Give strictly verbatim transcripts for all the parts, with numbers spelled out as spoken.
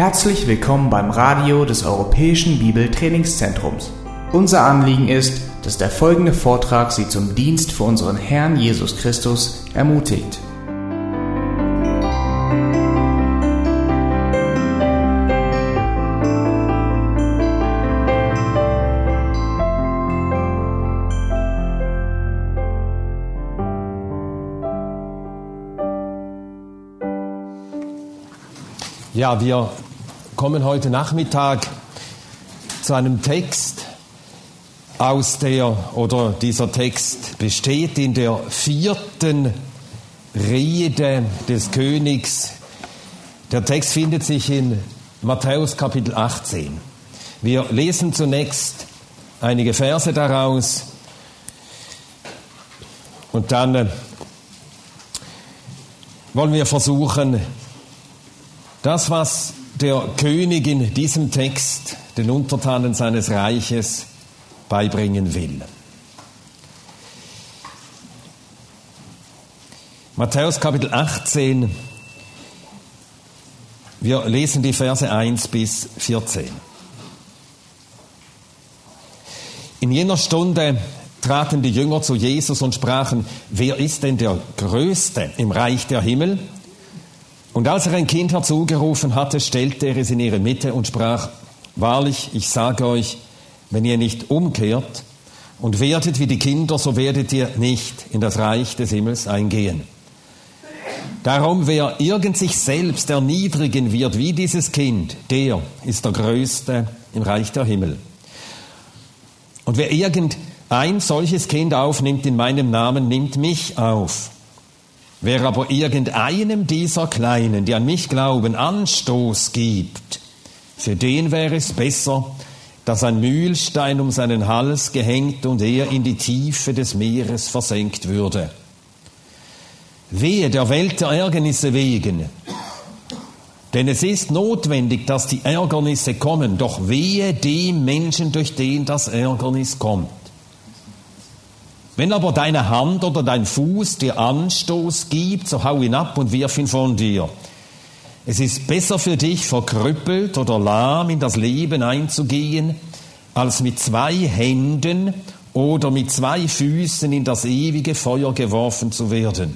Herzlich willkommen beim Radio des Europäischen Bibeltrainingszentrums. Unser Anliegen ist, dass der folgende Vortrag Sie zum Dienst für unseren Herrn Jesus Christus ermutigt. Ja, wir kommen heute Nachmittag zu einem Text aus der, oder dieser Text besteht in der vierten Rede des Königs. Der Text findet sich in Matthäus Kapitel achtzehn. Wir lesen zunächst einige Verse daraus und dann äh, wollen wir versuchen, das, was der König in diesem Text den Untertanen seines Reiches beibringen will. Matthäus Kapitel achtzehn, wir lesen die Verse eins bis vierzehn. In jener Stunde traten die Jünger zu Jesus und sprachen: Wer ist denn der Größte im Reich der Himmel? Und als er ein Kind herzugerufen hatte, stellte er es in ihre Mitte und sprach: Wahrlich, ich sage euch, wenn ihr nicht umkehrt und werdet wie die Kinder, so werdet ihr nicht in das Reich des Himmels eingehen. Darum, wer irgend sich selbst erniedrigen wird wie dieses Kind, der ist der Größte im Reich der Himmel. Und wer irgendein solches Kind aufnimmt in meinem Namen, nimmt mich auf. Wer aber irgendeinem dieser Kleinen, die an mich glauben, Anstoß gibt, für den wäre es besser, dass ein Mühlstein um seinen Hals gehängt und er in die Tiefe des Meeres versenkt würde. Wehe der Welt der Ärgernisse wegen, denn es ist notwendig, dass die Ärgernisse kommen, doch wehe dem Menschen, durch den das Ärgernis kommt. Wenn aber deine Hand oder dein Fuß dir Anstoß gibt, so hau ihn ab und wirf ihn von dir. Es ist besser für dich, verkrüppelt oder lahm in das Leben einzugehen, als mit zwei Händen oder mit zwei Füßen in das ewige Feuer geworfen zu werden.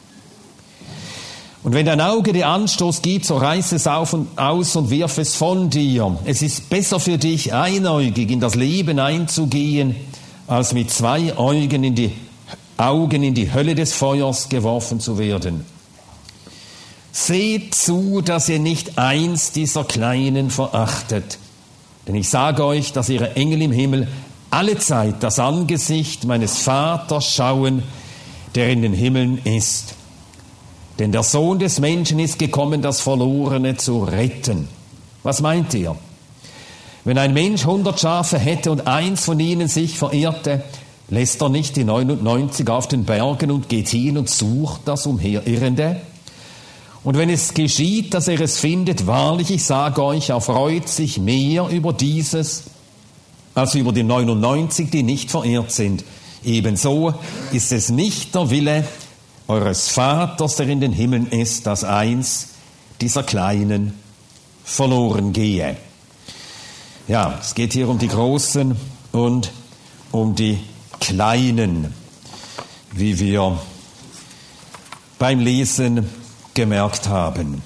Und wenn dein Auge dir Anstoß gibt, so reiß es auf und aus und wirf es von dir. Es ist besser für dich, einäugig in das Leben einzugehen, als mit zwei Augen in die Augen in die Hölle des Feuers geworfen zu werden. Seht zu, dass ihr nicht eins dieser Kleinen verachtet, denn ich sage euch, dass ihre Engel im Himmel allezeit das Angesicht meines Vaters schauen, der in den Himmeln ist. Denn der Sohn des Menschen ist gekommen, das Verlorene zu retten. Was meint ihr? Wenn ein Mensch hundert Schafe hätte und eins von ihnen sich verirrte, lässt er nicht die neunundneunzig auf den Bergen und geht hin und sucht das Umherirrende? Und wenn es geschieht, dass er es findet, wahrlich, ich sage euch, er freut sich mehr über dieses, als über die neunundneunzig, die nicht verirrt sind. Ebenso ist es nicht der Wille eures Vaters, der in den Himmeln ist, dass eins dieser Kleinen verloren gehe. Ja, es geht hier um die Großen und um die Kleinen, wie wir beim Lesen gemerkt haben.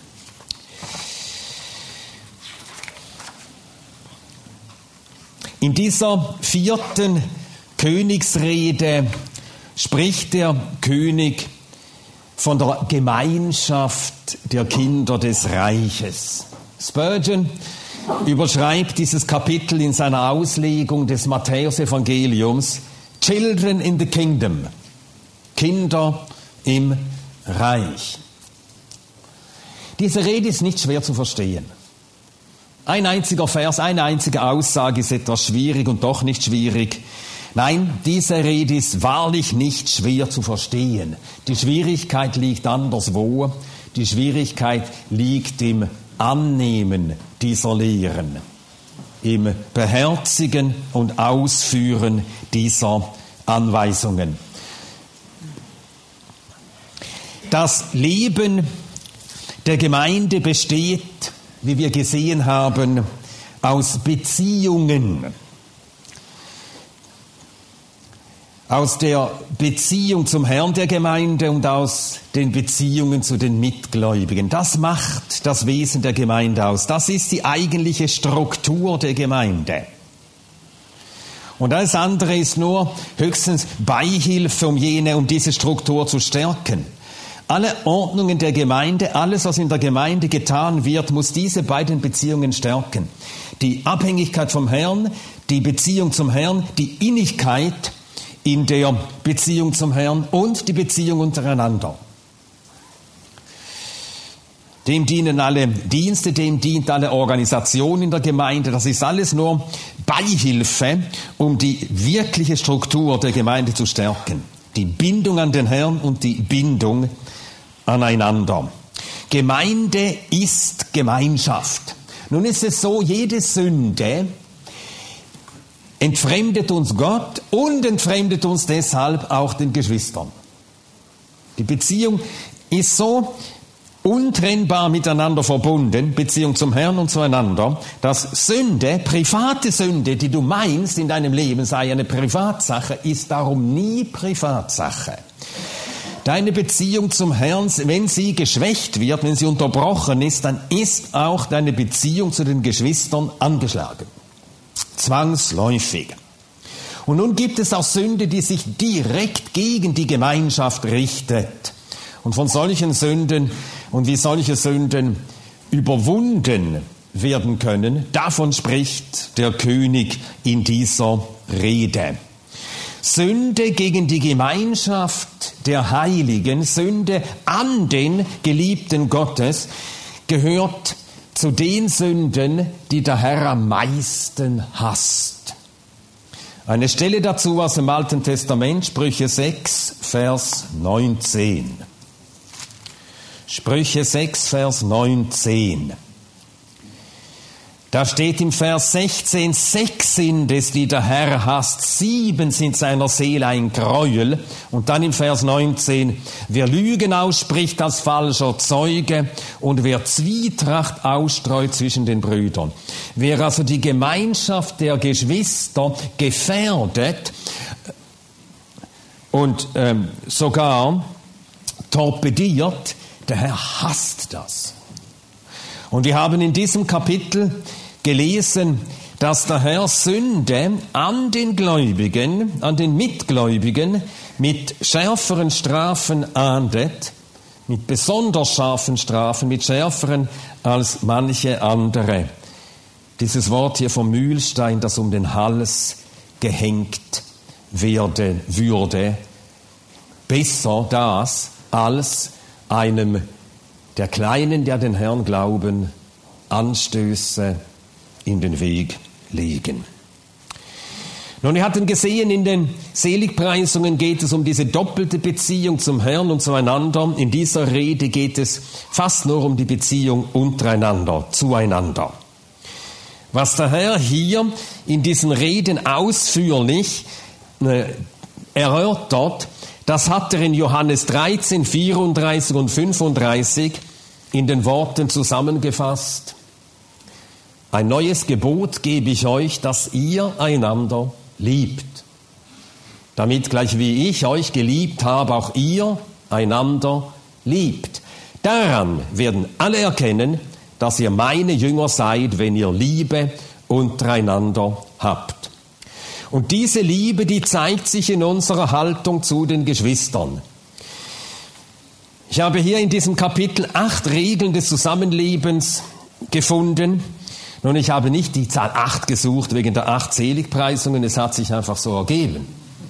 In dieser vierten Königsrede spricht der König von der Gemeinschaft der Kinder des Reiches. Spurgeon überschreibt dieses Kapitel in seiner Auslegung des Matthäus-Evangeliums: Children in the Kingdom, Kinder im Reich. Diese Rede ist nicht schwer zu verstehen. Ein einziger Vers, eine einzige Aussage ist etwas schwierig und doch nicht schwierig. Nein, diese Rede ist wahrlich nicht schwer zu verstehen. Die Schwierigkeit liegt anderswo. Die Schwierigkeit liegt im Annehmen dieser Lehren, im Beherzigen und Ausführen dieser Anweisungen. Das Leben der Gemeinde besteht wie wir gesehen haben, aus Beziehungen. Aus der Beziehung zum Herrn der Gemeinde und aus den Beziehungen zu den Mitgläubigen. Das macht das Wesen der Gemeinde aus. Das ist die eigentliche Struktur der Gemeinde. Und alles andere ist nur höchstens Beihilfe, um jene, um diese Struktur zu stärken. Alle Ordnungen der Gemeinde, alles, was in der Gemeinde getan wird, muss diese beiden Beziehungen stärken. Die Abhängigkeit vom Herrn, die Beziehung zum Herrn, die Innigkeit in der Beziehung zum Herrn und die Beziehung untereinander. Dem dienen alle Dienste, dem dient alle Organisation in der Gemeinde. Das ist alles nur Beihilfe, um die wirkliche Struktur der Gemeinde zu stärken. Die Bindung an den Herrn und die Bindung aneinander. Gemeinde ist Gemeinschaft. Nun ist es so, jede Sünde entfremdet uns Gott und entfremdet uns deshalb auch den Geschwistern. Die Beziehung ist so untrennbar miteinander verbunden, Beziehung zum Herrn und zueinander, dass Sünde, private Sünde, die du meinst in deinem Leben sei eine Privatsache, ist darum nie Privatsache. Deine Beziehung zum Herrn, wenn sie geschwächt wird, wenn sie unterbrochen ist, dann ist auch deine Beziehung zu den Geschwistern angeschlagen. Zwangsläufig. Und nun gibt es auch Sünde, die sich direkt gegen die Gemeinschaft richtet. Und von solchen Sünden und wie solche Sünden überwunden werden können, davon spricht der König in dieser Rede. Sünde gegen die Gemeinschaft der Heiligen, Sünde an den Geliebten Gottes, gehört zu den Sünden, die der Herr am meisten hasst. Eine Stelle dazu aus dem Alten Testament, Sprüche sechs, Vers neunzehn. Sprüche sechs, Vers neunzehn. Da steht im Vers sechzehn, sechs sind es, die der Herr hasst, sieben sind seiner Seele ein Gräuel. Und dann im Vers neunzehn, wer Lügen ausspricht als falscher Zeuge und wer Zwietracht ausstreut zwischen den Brüdern. Wer also die Gemeinschaft der Geschwister gefährdet und ähm, sogar torpediert, der Herr hasst das. Und wir haben in diesem Kapitel gelesen, dass der Herr Sünde an den Gläubigen, an den Mitgläubigen mit schärferen Strafen ahndet, mit besonders scharfen Strafen, mit schärferen als manche andere. Dieses Wort hier vom Mühlstein, das um den Hals gehängt werden würde, besser das als einem der Kleinen, der den Herrn glauben, Anstöße in den Weg legen. Nun, wir hatten gesehen, in den Seligpreisungen geht es um diese doppelte Beziehung zum Herrn und zueinander. In dieser Rede geht es fast nur um die Beziehung untereinander, zueinander. Was der Herr hier in diesen Reden ausführlich äh, erörtert, das hat er in Johannes dreizehn, vierunddreißig und fünfunddreißig in den Worten zusammengefasst. Ein neues Gebot gebe ich euch, dass ihr einander liebt. Damit gleich wie ich euch geliebt habe, auch ihr einander liebt. Daran werden alle erkennen, dass ihr meine Jünger seid, wenn ihr Liebe untereinander habt. Und diese Liebe, die zeigt sich in unserer Haltung zu den Geschwistern. Ich habe hier in diesem Kapitel acht Regeln des Zusammenlebens gefunden. Nun, ich habe nicht die Zahl acht gesucht wegen der acht Seligpreisungen, es hat sich einfach so ergeben.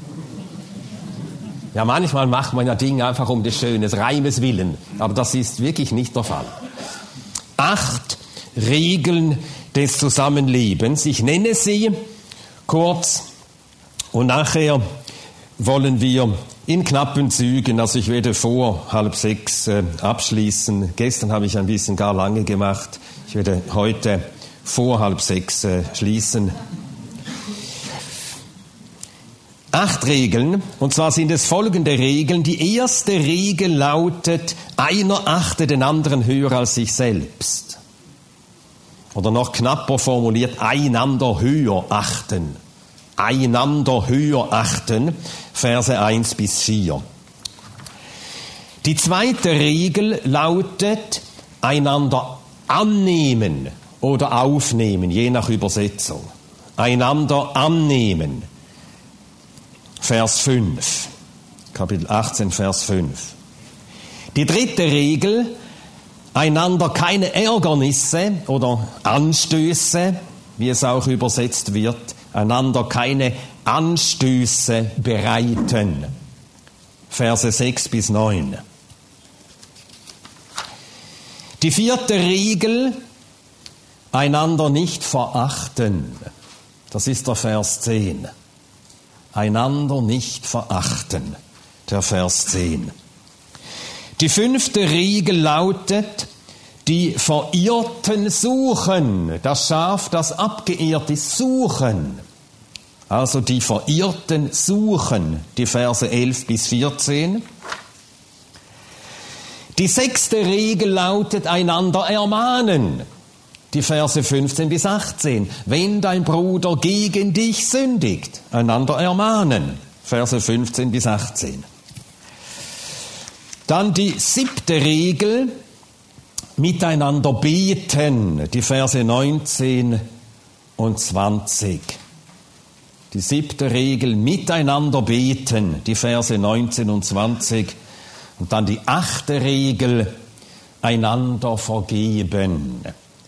Ja, manchmal macht man ja Dinge einfach um des schönen Reimes willen, aber das ist wirklich nicht der Fall. Acht Regeln des Zusammenlebens. Ich nenne sie kurz und nachher wollen wir in knappen Zügen, also ich werde vor halb sechs äh, abschließen. Gestern habe ich ein bisschen gar lange gemacht. Ich werde heute vor halb sechs äh, schließen. Acht Regeln, und zwar sind es folgende Regeln. Die erste Regel lautet, einer achte den anderen höher als sich selbst. Oder noch knapper formuliert, einander höher achten. Einander höher achten, Verse eins bis vier. Die zweite Regel lautet, einander annehmen oder aufnehmen, je nach Übersetzung. Einander annehmen. Vers fünf. Kapitel achtzehn, Vers fünf. Die dritte Regel, einander keine Ärgernisse oder Anstöße, wie es auch übersetzt wird, einander keine Anstöße bereiten. Verse sechs bis neun. Die vierte Regel, einander nicht verachten. Das ist der Vers zehn. Einander nicht verachten. Der Vers zehn. Die fünfte Regel lautet, die Verirrten suchen. Das Schaf, das abgeirrt ist, suchen. Also die Verirrten suchen. Die Verse elf bis vierzehn. Die sechste Regel lautet, einander ermahnen. Die Verse fünfzehn bis achtzehn. Wenn dein Bruder gegen dich sündigt, einander ermahnen. Verse fünfzehn bis achtzehn. Dann die siebte Regel, miteinander beten. Die Verse neunzehn und zwanzig. Die siebte Regel, miteinander beten. Die Verse neunzehn und zwanzig. Und dann die achte Regel, einander vergeben.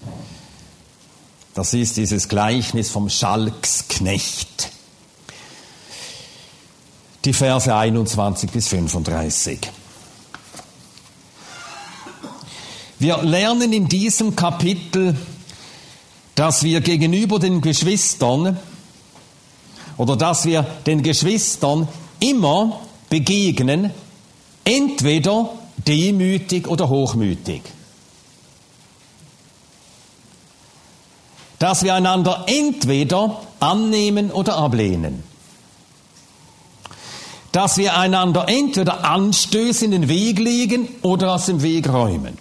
Das ist dieses Gleichnis vom Schalksknecht. Die Verse einundzwanzig bis fünfunddreißig. Wir lernen in diesem Kapitel, dass wir gegenüber den Geschwistern oder dass wir den Geschwistern immer begegnen, entweder demütig oder hochmütig. Dass wir einander entweder annehmen oder ablehnen. Dass wir einander entweder Anstöße in den Weg legen oder aus dem Weg räumen.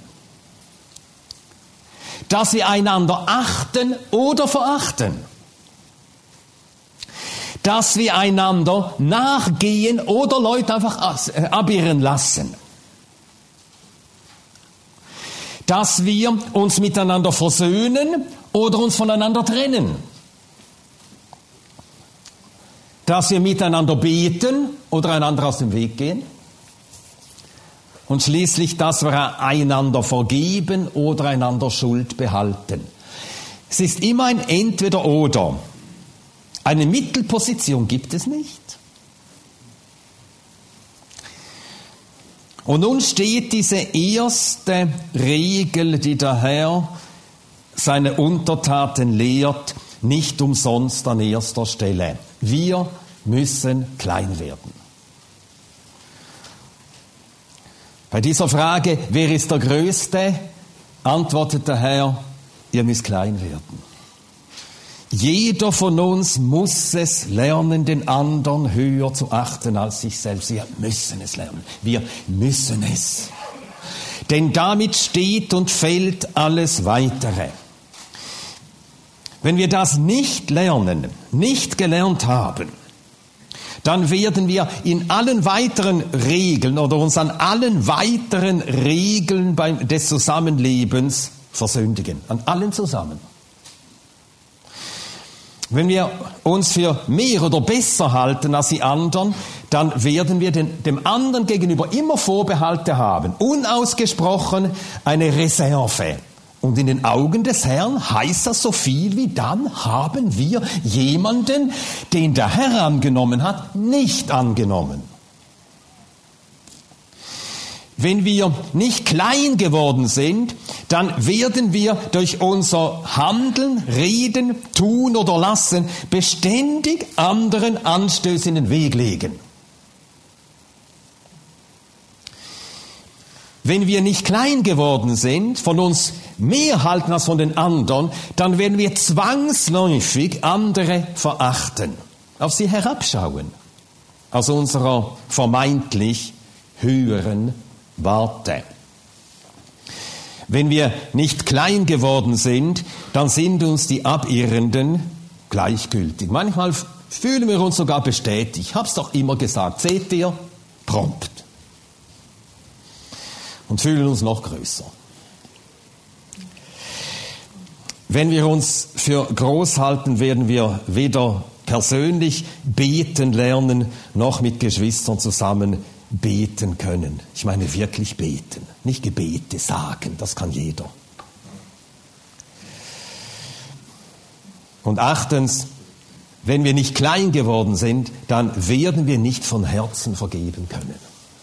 Dass wir einander achten oder verachten. Dass wir einander nachgehen oder Leute einfach abirren lassen. Dass wir uns miteinander versöhnen oder uns voneinander trennen. Dass wir miteinander beten oder einander aus dem Weg gehen. Und schließlich, dass wir einander vergeben oder einander Schuld behalten. Es ist immer ein Entweder-Oder. Eine Mittelposition gibt es nicht. Und nun steht diese erste Regel, die der Herr seine Untertaten lehrt, nicht umsonst an erster Stelle. Wir müssen klein werden. Bei dieser Frage, wer ist der Größte, antwortet der Herr, ihr müsst klein werden. Jeder von uns muss es lernen, den anderen höher zu achten als sich selbst. Wir müssen es lernen. Wir müssen es. Denn damit steht und fällt alles Weitere. Wenn wir das nicht lernen, nicht gelernt haben, dann werden wir in allen weiteren Regeln oder uns an allen weiteren Regeln des Zusammenlebens versündigen. An allen zusammen. Wenn wir uns für mehr oder besser halten als die anderen, dann werden wir den, dem anderen gegenüber immer Vorbehalte haben. Unausgesprochen eine Reserve. Und in den Augen des Herrn heißt das so viel wie, dann haben wir jemanden, den der Herr angenommen hat, nicht angenommen. Wenn wir nicht klein geworden sind, dann werden wir durch unser Handeln, Reden, Tun oder Lassen beständig anderen Anstöße in den Weg legen. Wenn wir nicht klein geworden sind, von uns mehr halten als von den anderen, dann werden wir zwangsläufig andere verachten, auf sie herabschauen, aus unserer vermeintlich höheren Warte. Wenn wir nicht klein geworden sind, dann sind uns die Abirrenden gleichgültig. Manchmal fühlen wir uns sogar bestätigt. Ich habe es doch immer gesagt. Seht ihr? Prompt. Und fühlen uns noch größer. Wenn wir uns für groß halten, werden wir weder persönlich beten lernen, noch mit Geschwistern zusammen beten können. Ich meine wirklich beten, nicht Gebete sagen, das kann jeder. Und achtens, wenn wir nicht klein geworden sind, dann werden wir nicht von Herzen vergeben können.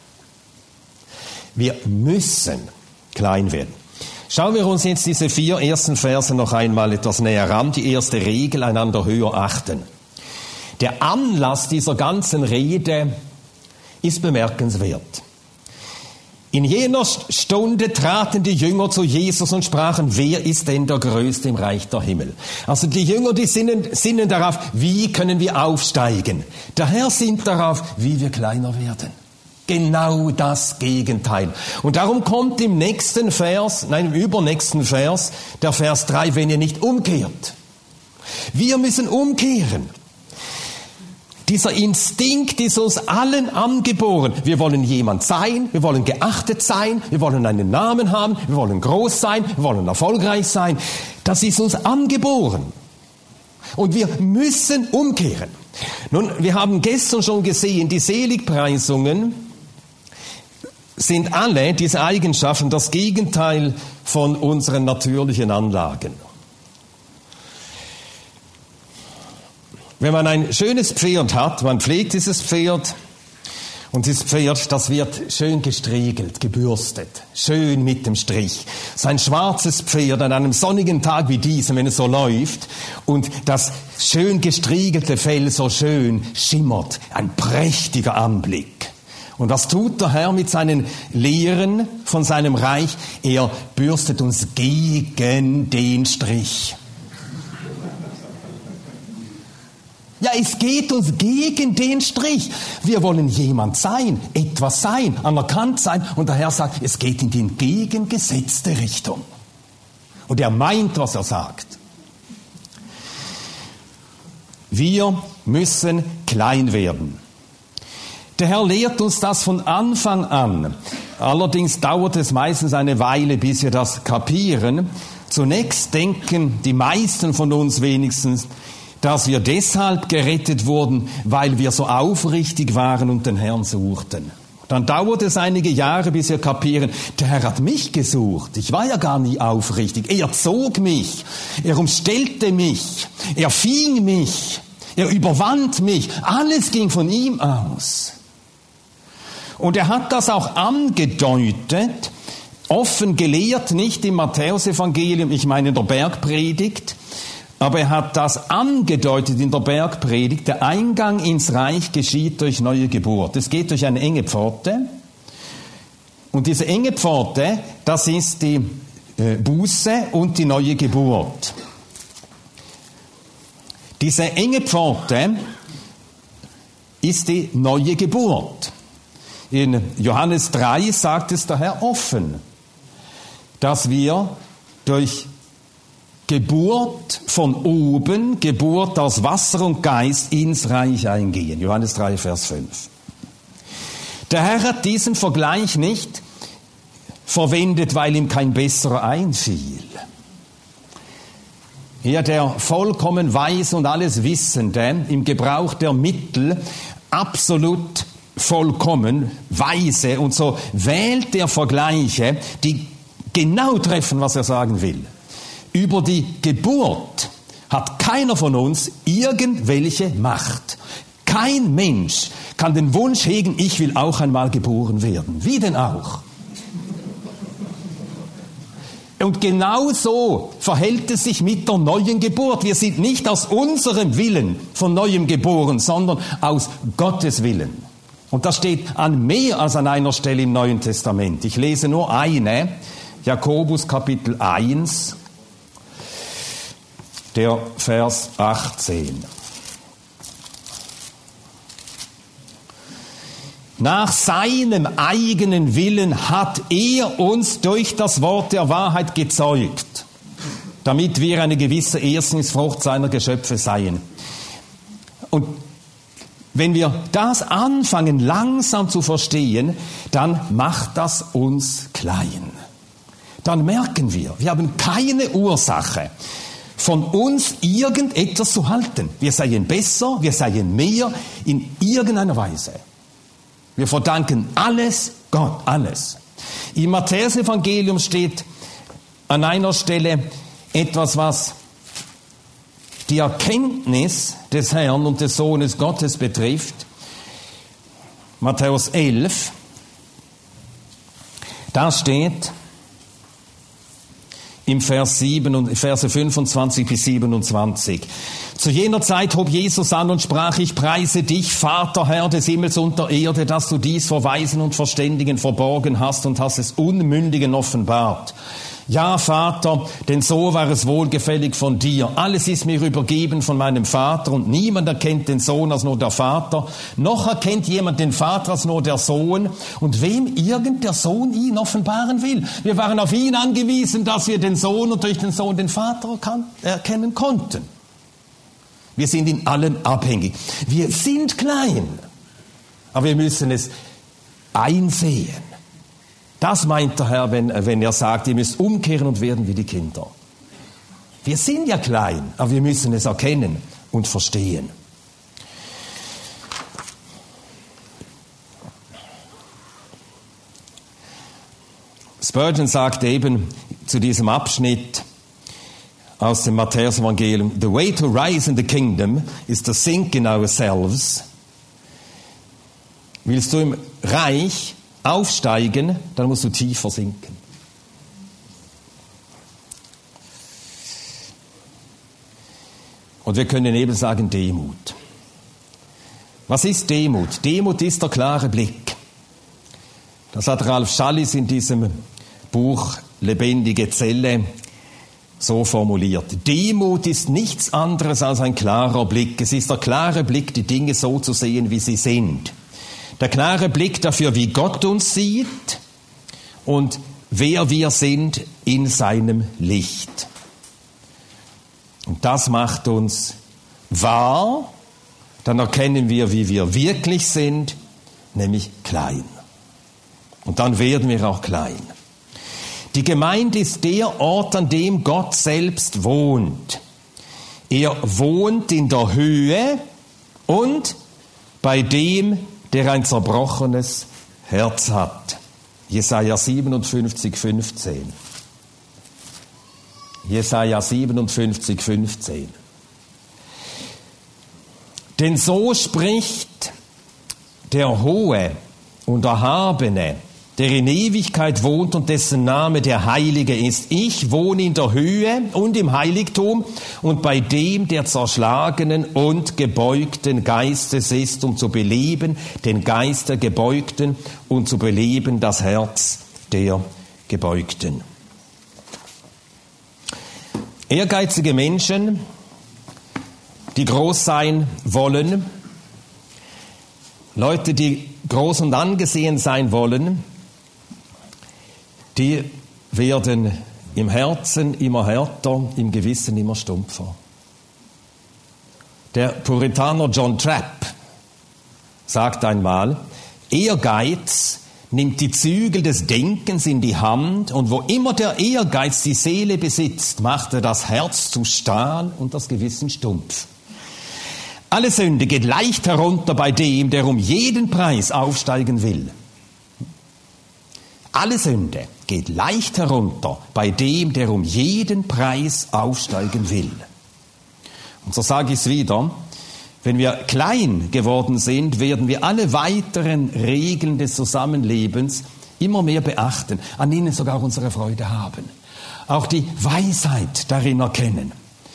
Wir müssen klein werden. Schauen wir uns jetzt diese vier ersten Verse noch einmal etwas näher an. Die erste Regel, einander höher achten. Der Anlass dieser ganzen Rede ist bemerkenswert. In jener Stunde traten die Jünger zu Jesus und sprachen, wer ist denn der Größte im Reich der Himmel? Also die Jünger, die sinnen, sinnen darauf, wie können wir aufsteigen? Der Herr sinnt darauf, wie wir kleiner werden. Genau das Gegenteil. Und darum kommt im nächsten Vers, nein, im übernächsten Vers, der Vers drei, wenn ihr nicht umkehrt. Wir müssen umkehren. Dieser Instinkt ist uns allen angeboren. Wir wollen jemand sein, wir wollen geachtet sein, wir wollen einen Namen haben, wir wollen groß sein, wir wollen erfolgreich sein. Das ist uns angeboren. Und wir müssen umkehren. Nun, wir haben gestern schon gesehen, die Seligpreisungen sind alle diese Eigenschaften das Gegenteil von unseren natürlichen Anlagen. Wenn man ein schönes Pferd hat, man pflegt dieses Pferd und dieses Pferd, das wird schön gestriegelt, gebürstet, schön mit dem Strich. Sein schwarzes Pferd an einem sonnigen Tag wie diesem, wenn es so läuft und das schön gestriegelte Fell so schön schimmert, ein prächtiger Anblick. Und was tut der Herr mit seinen Lehren von seinem Reich? Er bürstet uns gegen den Strich. Ja, es geht uns gegen den Strich. Wir wollen jemand sein, etwas sein, anerkannt sein. Und der Herr sagt, es geht in die entgegengesetzte Richtung. Und er meint, was er sagt. Wir müssen klein werden. Der Herr lehrt uns das von Anfang an. Allerdings dauert es meistens eine Weile, bis wir das kapieren. Zunächst denken die meisten von uns wenigstens, dass wir deshalb gerettet wurden, weil wir so aufrichtig waren und den Herrn suchten. Dann dauert es einige Jahre, bis wir kapieren, der Herr hat mich gesucht. Ich war ja gar nie aufrichtig. Er zog mich, er umstellte mich, er fing mich, er überwand mich. Alles ging von ihm aus. Und er hat das auch angedeutet, offen gelehrt, nicht im Matthäusevangelium, ich meine in der Bergpredigt, aber er hat das angedeutet in der Bergpredigt. Der Eingang ins Reich geschieht durch neue Geburt. Es geht durch eine enge Pforte. Und diese enge Pforte, das ist die äh, Buße und die neue Geburt. Diese enge Pforte ist die neue Geburt. In Johannes drei sagt es der Herr offen, dass wir durch Geburt von oben, Geburt aus Wasser und Geist ins Reich eingehen. Johannes drei, Vers fünf. Der Herr hat diesen Vergleich nicht verwendet, weil ihm kein besserer einfiel. Er, der vollkommen weiß und alles Wissende, im Gebrauch der Mittel absolut vollkommen, weise und so, wählt er Vergleiche, die genau treffen, was er sagen will. Über die Geburt hat keiner von uns irgendwelche Macht. Kein Mensch kann den Wunsch hegen, ich will auch einmal geboren werden. Wie denn auch? Und genau so verhält es sich mit der neuen Geburt. Wir sind nicht aus unserem Willen von Neuem geboren, sondern aus Gottes Willen. Und das steht an mehr als an einer Stelle im Neuen Testament. Ich lese nur eine, Jakobus Kapitel eins, der Vers achtzehn. Nach seinem eigenen Willen hat er uns durch das Wort der Wahrheit gezeugt, damit wir eine gewisse Erstlingsfrucht seiner Geschöpfe seien. Und wenn wir das anfangen langsam zu verstehen, dann macht das uns klein. Dann merken wir, wir haben keine Ursache, von uns irgendetwas zu halten. Wir seien besser, wir seien mehr in irgendeiner Weise. Wir verdanken alles Gott, alles. Im Matthäus-Evangelium steht an einer Stelle etwas, was die Erkenntnis des Herrn und des Sohnes Gottes betrifft. Matthäus elf, da steht im Vers sieben und Verse fünfundzwanzig bis siebenundzwanzig. Zu jener Zeit hob Jesus an und sprach: Ich preise dich, Vater, Herr des Himmels und der Erde, dass du dies vor Weisen und Verständigen verborgen hast und hast es Unmündigen offenbart. Ja, Vater, denn so war es wohlgefällig von dir. Alles ist mir übergeben von meinem Vater und niemand erkennt den Sohn als nur der Vater. Noch erkennt jemand den Vater als nur der Sohn und wem irgend der Sohn ihn offenbaren will. Wir waren auf ihn angewiesen, dass wir den Sohn und durch den Sohn den Vater erkennen konnten. Wir sind in allem abhängig. Wir sind klein, aber wir müssen es einsehen. Das meint der Herr, wenn, wenn er sagt, ihr müsst umkehren und werden wie die Kinder. Wir sind ja klein, aber wir müssen es erkennen und verstehen. Spurgeon sagt eben zu diesem Abschnitt aus dem Matthäus-Evangelium: The way to rise in the kingdom is to sink in ourselves. Willst du im Reich aufsteigen, dann musst du tiefer sinken. Und wir können eben sagen Demut. Was ist Demut? Demut ist der klare Blick. Das hat Ralf Schallis in diesem Buch Lebendige Zelle so formuliert. Demut ist nichts anderes als ein klarer Blick. Es ist der klare Blick, die Dinge so zu sehen, wie sie sind. Der klare Blick dafür, wie Gott uns sieht und wer wir sind in seinem Licht. Und das macht uns wahr, dann erkennen wir, wie wir wirklich sind, nämlich klein. Und dann werden wir auch klein. Die Gemeinde ist der Ort, an dem Gott selbst wohnt. Er wohnt in der Höhe und bei dem, der ein zerbrochenes Herz hat. Jesaja siebenundfünfzig, fünfzehn. Jesaja siebenundfünfzig, fünfzehn. Denn so spricht der Hohe und Erhabene, der in Ewigkeit wohnt und dessen Name der Heilige ist. Ich wohne in der Höhe und im Heiligtum und bei dem, der zerschlagenen und gebeugten Geistes ist, um zu beleben den Geist der Gebeugten und zu beleben das Herz der Gebeugten. Ehrgeizige Menschen, die groß sein wollen, Leute, die groß und angesehen sein wollen, die werden im Herzen immer härter, im Gewissen immer stumpfer. Der Puritaner John Trapp sagt einmal: Ehrgeiz nimmt die Zügel des Denkens in die Hand und wo immer der Ehrgeiz die Seele besitzt, macht er das Herz zu Stahl und das Gewissen stumpf. Alle Sünde geht leicht herunter bei dem, der um jeden Preis aufsteigen will. Alle Sünde geht leicht herunter bei dem, der um jeden Preis aufsteigen will. Und so sage ich es wieder: Wenn wir klein geworden sind, werden wir alle weiteren Regeln des Zusammenlebens immer mehr beachten, an ihnen sogar unsere Freude haben, auch die Weisheit darin erkennen.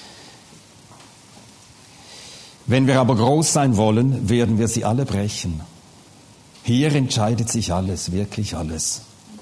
Wenn wir aber groß sein wollen, werden wir sie alle brechen. Hier entscheidet sich alles, wirklich alles.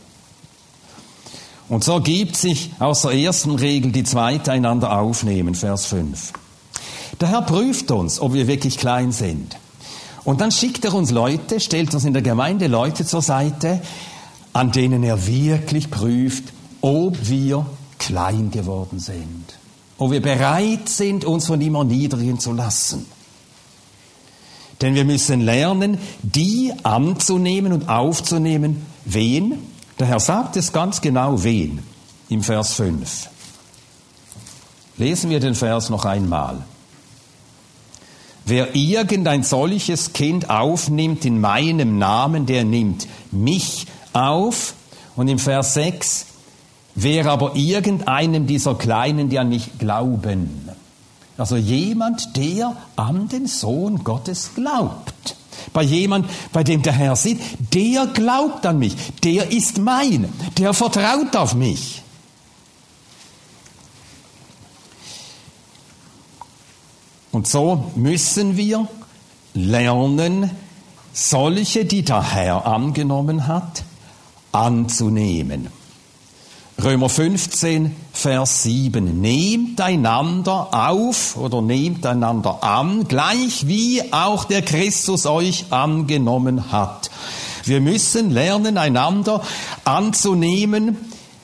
Und so gibt sich aus der ersten Regel die zweite einander aufnehmen, Vers fünf. Der Herr prüft uns, ob wir wirklich klein sind. Und dann schickt er uns Leute, stellt uns in der Gemeinde Leute zur Seite, an denen er wirklich prüft, ob wir klein geworden sind. Ob wir bereit sind, uns von ihm erniedrigen zu lassen. Denn wir müssen lernen, die anzunehmen und aufzunehmen. Wen? Der Herr sagt es ganz genau, wen? Im Vers fünf. Lesen wir den Vers noch einmal. Wer irgendein solches Kind aufnimmt in meinem Namen, der nimmt mich auf. Und im Vers sechs, wer aber irgendeinem dieser Kleinen, die an mich glauben. Also jemand, der an den Sohn Gottes glaubt. Bei jemand, bei dem der Herr sieht, der glaubt an mich, der ist mein, der vertraut auf mich. Und so müssen wir lernen, solche, die der Herr angenommen hat, anzunehmen. Römer fünfzehn, Vers sieben. Nehmt einander auf oder nehmt einander an, gleich wie auch der Christus euch angenommen hat. Wir müssen lernen, einander anzunehmen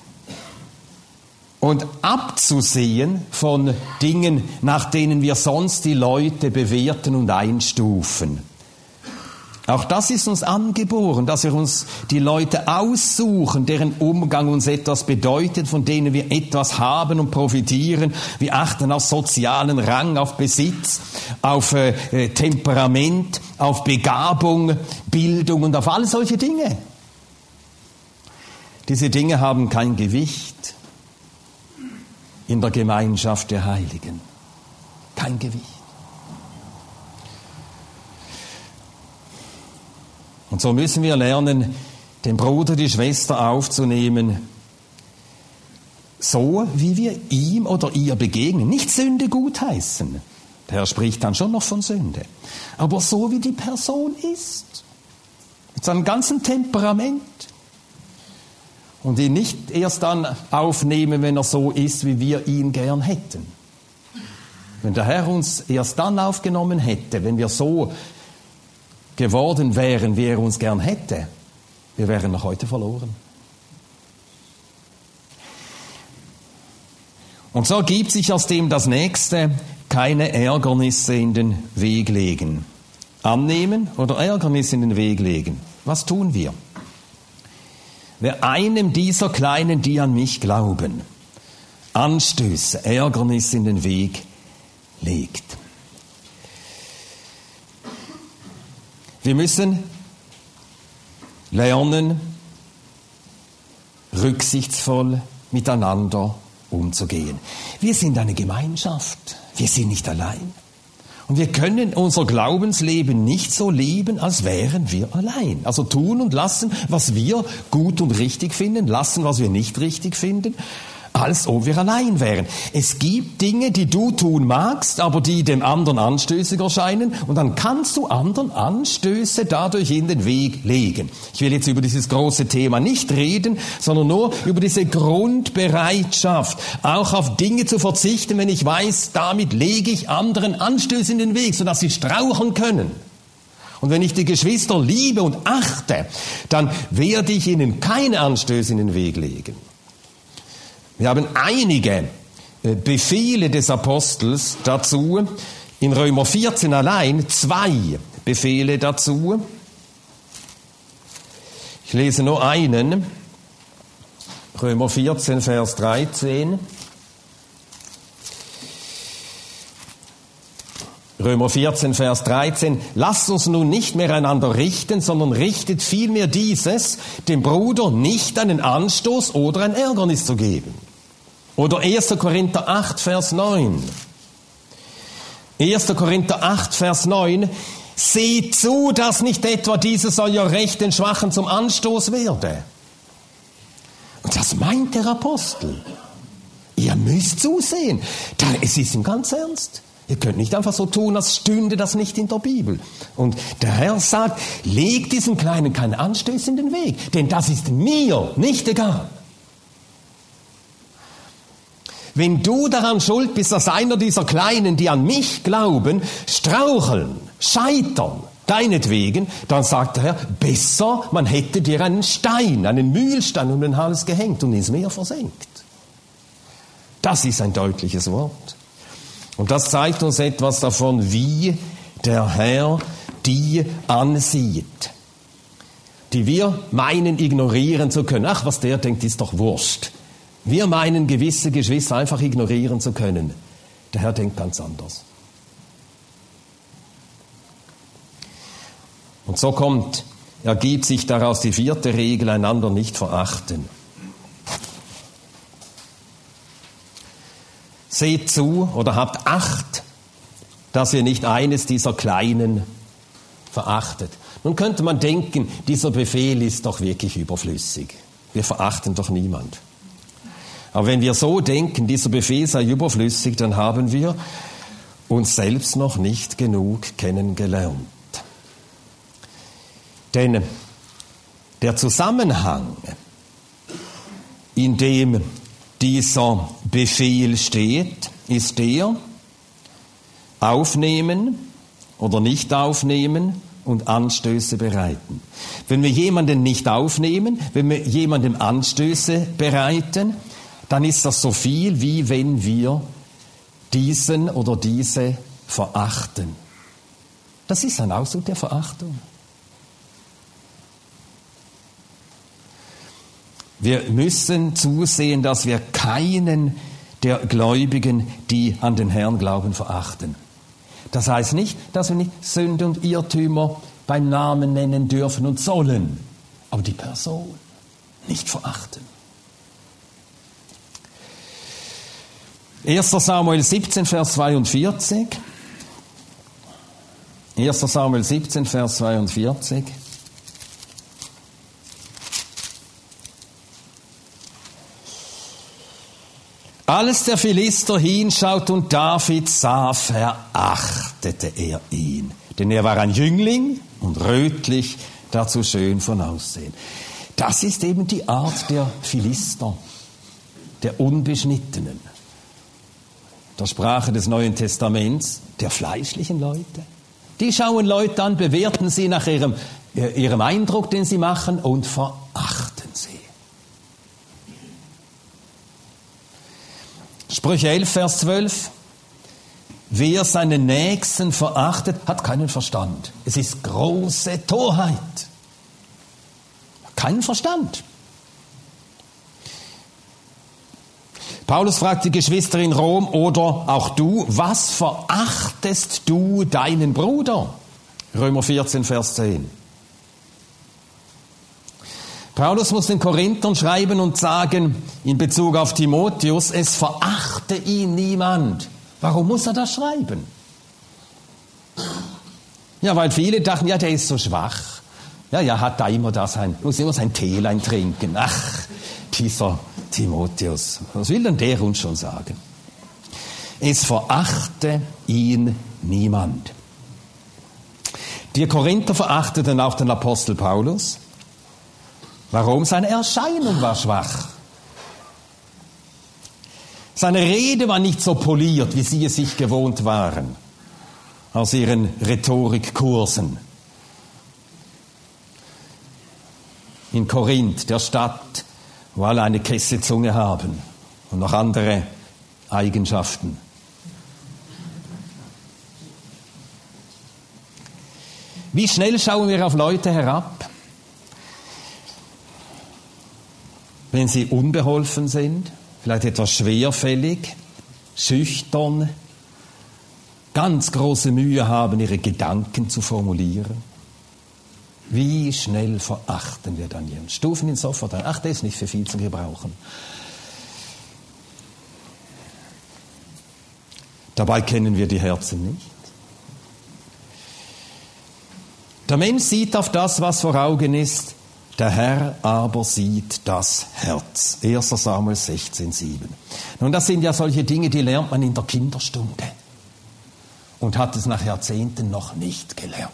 und abzusehen von Dingen, nach denen wir sonst die Leute bewerten und einstufen. Auch das ist uns angeboren, dass wir uns die Leute aussuchen, deren Umgang uns etwas bedeutet, von denen wir etwas haben und profitieren. Wir achten auf sozialen Rang, auf Besitz, auf äh, Temperament, auf Begabung, Bildung und auf all solche Dinge. Diese Dinge haben kein Gewicht in der Gemeinschaft der Heiligen. Kein Gewicht. Und so müssen wir lernen, den Bruder, die Schwester aufzunehmen, so wie wir ihm oder ihr begegnen. Nicht Sünde gutheißen. Der Herr spricht dann schon noch von Sünde. Aber so wie die Person ist. Mit seinem ganzen Temperament. Und ihn nicht erst dann aufnehmen, wenn er so ist, wie wir ihn gern hätten. Wenn der Herr uns erst dann aufgenommen hätte, wenn wir so geworden wären, wie er uns gern hätte, wir wären noch heute verloren. Und so ergibt sich aus dem das Nächste: keine Ärgernisse in den Weg legen. Annehmen oder Ärgernis in den Weg legen. Was tun wir? Wer einem dieser Kleinen, die an mich glauben, Anstöße, Ärgernis in den Weg legt. Wir müssen lernen, rücksichtsvoll miteinander umzugehen. Wir sind eine Gemeinschaft. Wir sind nicht allein. Und wir können unser Glaubensleben nicht so leben, als wären wir allein. Also tun und lassen, was wir gut und richtig finden, lassen, was wir nicht richtig finden, als ob wir allein wären. Es gibt Dinge, die du tun magst, aber die dem anderen anstößig erscheinen, und dann kannst du anderen Anstöße dadurch in den Weg legen. Ich will jetzt über dieses große Thema nicht reden, sondern nur über diese Grundbereitschaft, auch auf Dinge zu verzichten, wenn ich weiß, damit lege ich anderen Anstöße in den Weg, sodass sie straucheln können. Und wenn ich die Geschwister liebe und achte, dann werde ich ihnen keine Anstöße in den Weg legen. Wir haben einige Befehle des Apostels dazu, in Römer vierzehn allein zwei Befehle dazu. Ich lese nur einen, Römer vierzehn, Vers dreizehn. Römer vierzehn, Vers dreizehn. Lasst uns nun nicht mehr einander richten, sondern richtet vielmehr dieses, dem Bruder nicht einen Anstoß oder ein Ärgernis zu geben. Oder erster Korinther acht, Vers neun. erster Korinther acht, Vers neun. Seht zu, dass nicht etwa dieses euer Recht den Schwachen zum Anstoß werde. Und das meint der Apostel. Ihr müsst zusehen. Es ist ihm ganz ernst. Ihr könnt nicht einfach so tun, als stünde das nicht in der Bibel. Und der Herr sagt, legt diesem Kleinen keine Anstöße in den Weg, denn das ist mir nicht egal. Wenn du daran schuld bist, dass einer dieser Kleinen, die an mich glauben, straucheln, scheitern, deinetwegen, dann sagt der Herr, besser, man hätte dir einen Stein, einen Mühlstein um den Hals gehängt und ins Meer versenkt. Das ist ein deutliches Wort. Und das zeigt uns etwas davon, wie der Herr die ansieht, die wir meinen ignorieren zu können. Ach, was der denkt, ist doch wurscht. Wir meinen, gewisse Geschwister einfach ignorieren zu können. Der Herr denkt ganz anders. Und so kommt, ergibt sich daraus die vierte Regel, einander nicht verachten. Seht zu oder habt Acht, dass ihr nicht eines dieser Kleinen verachtet. Nun könnte man denken, dieser Befehl ist doch wirklich überflüssig. Wir verachten doch niemand. Aber wenn wir so denken, dieser Befehl sei überflüssig, dann haben wir uns selbst noch nicht genug kennengelernt. Denn der Zusammenhang, in dem dieser Befehl steht, ist der: aufnehmen oder nicht aufnehmen und Anstöße bereiten. Wenn wir jemanden nicht aufnehmen, wenn wir jemandem Anstöße bereiten, dann ist das so viel, wie wenn wir diesen oder diese verachten. Das ist ein Ausdruck der Verachtung. Wir müssen zusehen, dass wir keinen der Gläubigen, die an den Herrn glauben, verachten. Das heißt nicht, dass wir nicht Sünde und Irrtümer beim Namen nennen dürfen und sollen, aber die Person nicht verachten. erster Samuel siebzehn, Vers zweiundvierzig. erster Samuel siebzehn, Vers zweiundvierzig. Als der Philister hinschaut und David sah, verachtete er ihn. Denn er war ein Jüngling und rötlich, dazu schön von Aussehen. Das ist eben die Art der Philister, der Unbeschnittenen. Der Sprache des Neuen Testaments, der fleischlichen Leute. Die schauen Leute an, bewerten sie nach ihrem, ihrem Eindruck, den sie machen, und verachten sie. Sprüche elf, Vers zwölf. Wer seinen Nächsten verachtet, hat keinen Verstand. Es ist große Torheit. Keinen Verstand. Paulus fragt die Geschwister in Rom, oder auch du, was verachtest du deinen Bruder? Römer vierzehn, Vers zehn. Paulus muss den Korinthern schreiben und sagen, in Bezug auf Timotheus, es verachte ihn niemand. Warum muss er das schreiben? Ja, weil viele dachten, ja, der ist so schwach. Ja, ja, hat da immer da sein, muss immer sein Teelein trinken. Ach, dieser Timotheus, was will denn der uns schon sagen? Es verachte ihn niemand. Die Korinther verachteten auch den Apostel Paulus. Warum? Seine Erscheinung war schwach. Seine Rede war nicht so poliert, wie sie es sich gewohnt waren aus ihren Rhetorikkursen. In Korinth, der Stadt, wo alle eine kesse Zunge haben und noch andere Eigenschaften. Wie schnell schauen wir auf Leute herab, wenn sie unbeholfen sind, vielleicht etwas schwerfällig, schüchtern, ganz große Mühe haben, ihre Gedanken zu formulieren. Wie schnell verachten wir dann jemanden? Stufen ihn sofort ein. Ach, der ist nicht für viel zu gebrauchen. Dabei kennen wir die Herzen nicht. Der Mensch sieht auf das, was vor Augen ist, der Herr aber sieht das Herz. erster Samuel sechzehn, sieben. Nun, das sind ja solche Dinge, die lernt man in der Kinderstunde und hat es nach Jahrzehnten noch nicht gelernt.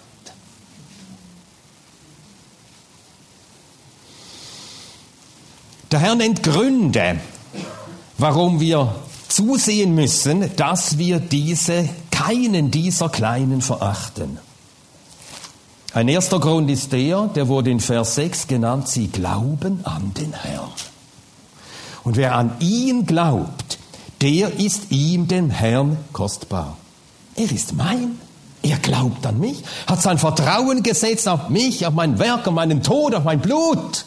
Der Herr nennt Gründe, warum wir zusehen müssen, dass wir diese, keinen dieser Kleinen verachten. Ein erster Grund ist der, der wurde in Vers sechs genannt, sie glauben an den Herrn. Und wer an ihn glaubt, der ist ihm, dem Herrn, kostbar. Er ist mein, er glaubt an mich, hat sein Vertrauen gesetzt auf mich, auf mein Werk, auf meinen Tod, auf mein Blut.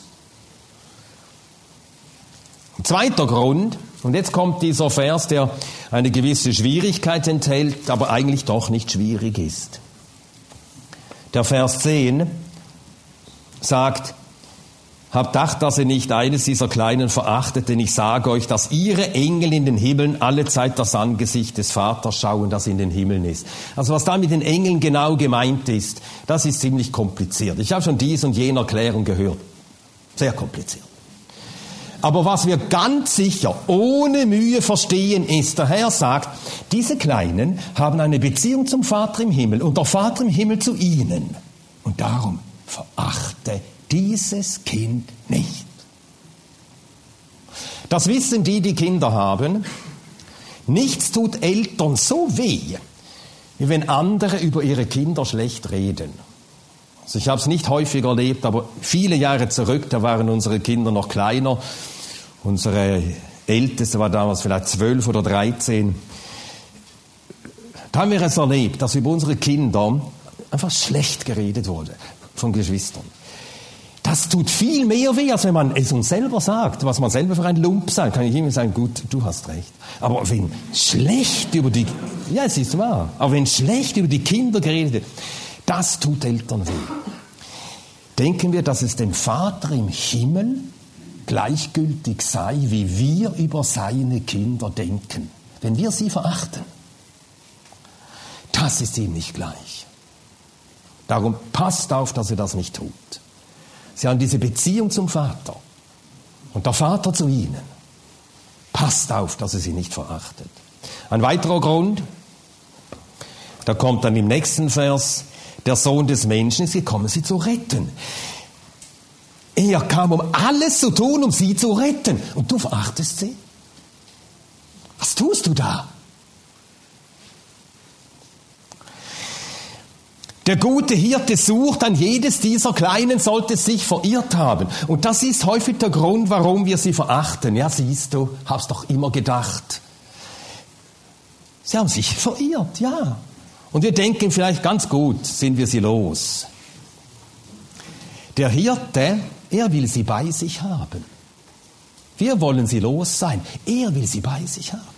Ein zweiter Grund, und jetzt kommt dieser Vers, der eine gewisse Schwierigkeit enthält, aber eigentlich doch nicht schwierig ist. Der Vers zehn sagt, habt Acht, dass ihr nicht eines dieser Kleinen verachtet, denn ich sage euch, dass ihre Engel in den Himmeln alle Zeit das Angesicht des Vaters schauen, das in den Himmeln ist. Also was da mit den Engeln genau gemeint ist, das ist ziemlich kompliziert. Ich habe schon dies und jene Erklärung gehört. Sehr kompliziert. Aber was wir ganz sicher ohne Mühe verstehen ist, der Herr sagt, diese Kleinen haben eine Beziehung zum Vater im Himmel und der Vater im Himmel zu ihnen. Und darum verachte dieses Kind nicht. Das wissen die, die Kinder haben. Nichts tut Eltern so weh, wie wenn andere über ihre Kinder schlecht reden. Also ich habe es nicht häufig erlebt, aber viele Jahre zurück, da waren unsere Kinder noch kleiner. Unsere Älteste war damals vielleicht zwölf oder dreizehn. Da haben wir es erlebt, dass über unsere Kinder einfach schlecht geredet wurde von Geschwistern. Das tut viel mehr weh, als wenn man es uns selber sagt, was man selber für ein Lump sein kann. Ich immer sagen, gut, du hast recht. Aber wenn schlecht über die, ja, es ist wahr, aber wenn schlecht über die Kinder geredet wird, das tut Eltern weh. Denken wir, dass es dem Vater im Himmel gleichgültig sei, wie wir über seine Kinder denken, wenn wir sie verachten. Das ist ihm nicht gleich. Darum passt auf, dass ihr das nicht tut. Sie haben diese Beziehung zum Vater und der Vater zu ihnen. Passt auf, dass ihr sie nicht verachtet. Ein weiterer Grund, da kommt dann im nächsten Vers, der Sohn des Menschen ist gekommen, sie zu retten. Er kam, um alles zu tun, um sie zu retten. Und du verachtest sie? Was tust du da? Der gute Hirte sucht an jedes dieser Kleinen, sollte sich verirrt haben. Und das ist häufig der Grund, warum wir sie verachten. Ja, siehst du, hab's doch immer gedacht. Sie haben sich verirrt, ja. Und wir denken vielleicht, ganz gut, sind wir sie los. Der Hirte, er will sie bei sich haben. Wir wollen sie los sein. Er will sie bei sich haben.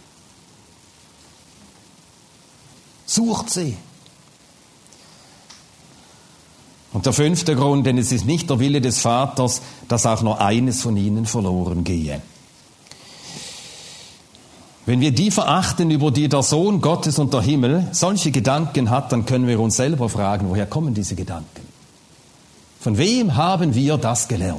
Sucht sie. Und der fünfte Grund, denn es ist nicht der Wille des Vaters, dass auch nur eines von ihnen verloren gehe. Wenn wir die verachten, über die der Sohn Gottes und der Himmel solche Gedanken hat, dann können wir uns selber fragen, woher kommen diese Gedanken? Von wem haben wir das gelernt?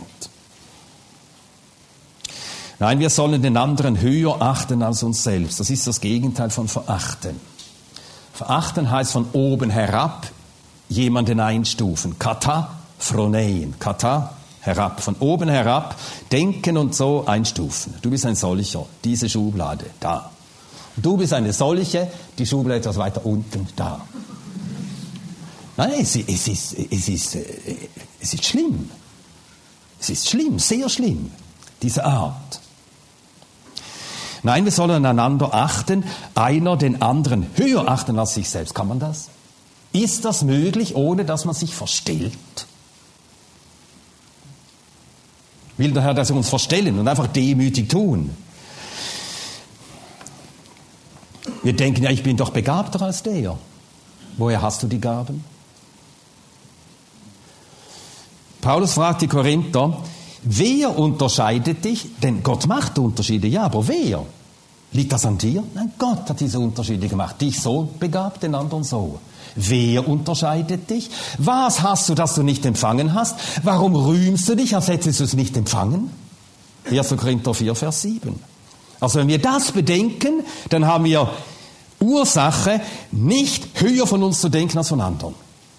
Nein, wir sollen den anderen höher achten als uns selbst. Das ist das Gegenteil von verachten. Verachten heißt von oben herab jemanden einstufen. Kata, phronein. Kata, herab. Von oben herab denken und so einstufen. Du bist ein solcher, diese Schublade, da. Und du bist eine solche, die Schublade etwas weiter unten, da. Nein, es, es, ist, es, ist, es ist schlimm. Es ist schlimm, sehr schlimm, diese Art. Nein, wir sollen einander achten, einer den anderen höher achten als sich selbst. Kann man das? Ist das möglich, ohne dass man sich verstellt? Will der Herr, dass wir uns verstellen und einfach demütig tun? Wir denken, ja, ich bin doch begabter als der. Woher hast du die Gaben? Paulus fragt die Korinther, wer unterscheidet dich? Denn Gott macht Unterschiede, ja, aber wer? Liegt das an dir? Nein, Gott hat diese Unterschiede gemacht. Dich so begabt, den anderen so. Wer unterscheidet dich? Was hast du, das du nicht empfangen hast? Warum rühmst du dich, als hättest du es nicht empfangen? erster Korinther vier, Vers sieben. Also wenn wir das bedenken, dann haben wir Ursache, nicht höher von uns zu denken als von anderen.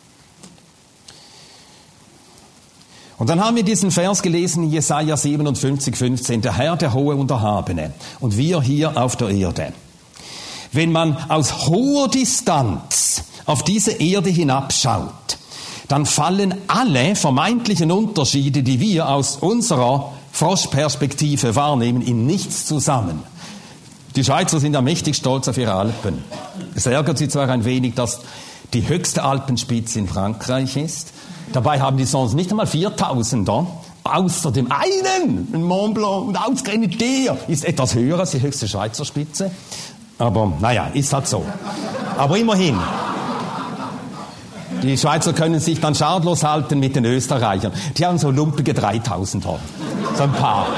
Und dann haben wir diesen Vers gelesen in Jesaja siebenundfünfzig, fünfzehn. Der Herr, der Hohe und Erhabene. Und wir hier auf der Erde. Wenn man aus hoher Distanz auf diese Erde hinabschaut, dann fallen alle vermeintlichen Unterschiede, die wir aus unserer Froschperspektive wahrnehmen, in nichts zusammen. Die Schweizer sind ja mächtig stolz auf ihre Alpen. Es ärgert sie zwar ein wenig, dass die höchste Alpenspitze in Frankreich ist. Dabei haben die sonst nicht einmal viertausender. Außer dem einen, Mont Blanc, und ausgerechnet der ist etwas höher als die höchste Schweizer Spitze. Aber naja, ist halt so. Aber immerhin. Die Schweizer können sich dann schadlos halten mit den Österreichern. Die haben so lumpige dreitausender. So ein paar.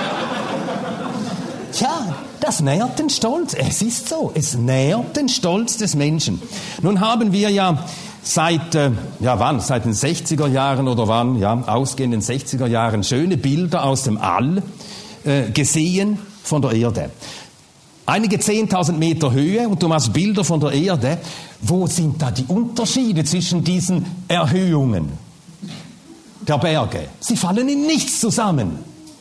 Tja, das nährt den Stolz. Es ist so. Es nährt den Stolz des Menschen. Nun haben wir ja seit, äh, ja wann? Seit den sechziger Jahren oder wann? Ja, ausgehenden sechziger Jahren schöne Bilder aus dem All äh, gesehen von der Erde. Einige zehntausend Meter Höhe und du machst Bilder von der Erde. Wo sind da die Unterschiede zwischen diesen Erhöhungen der Berge? Sie fallen in nichts zusammen.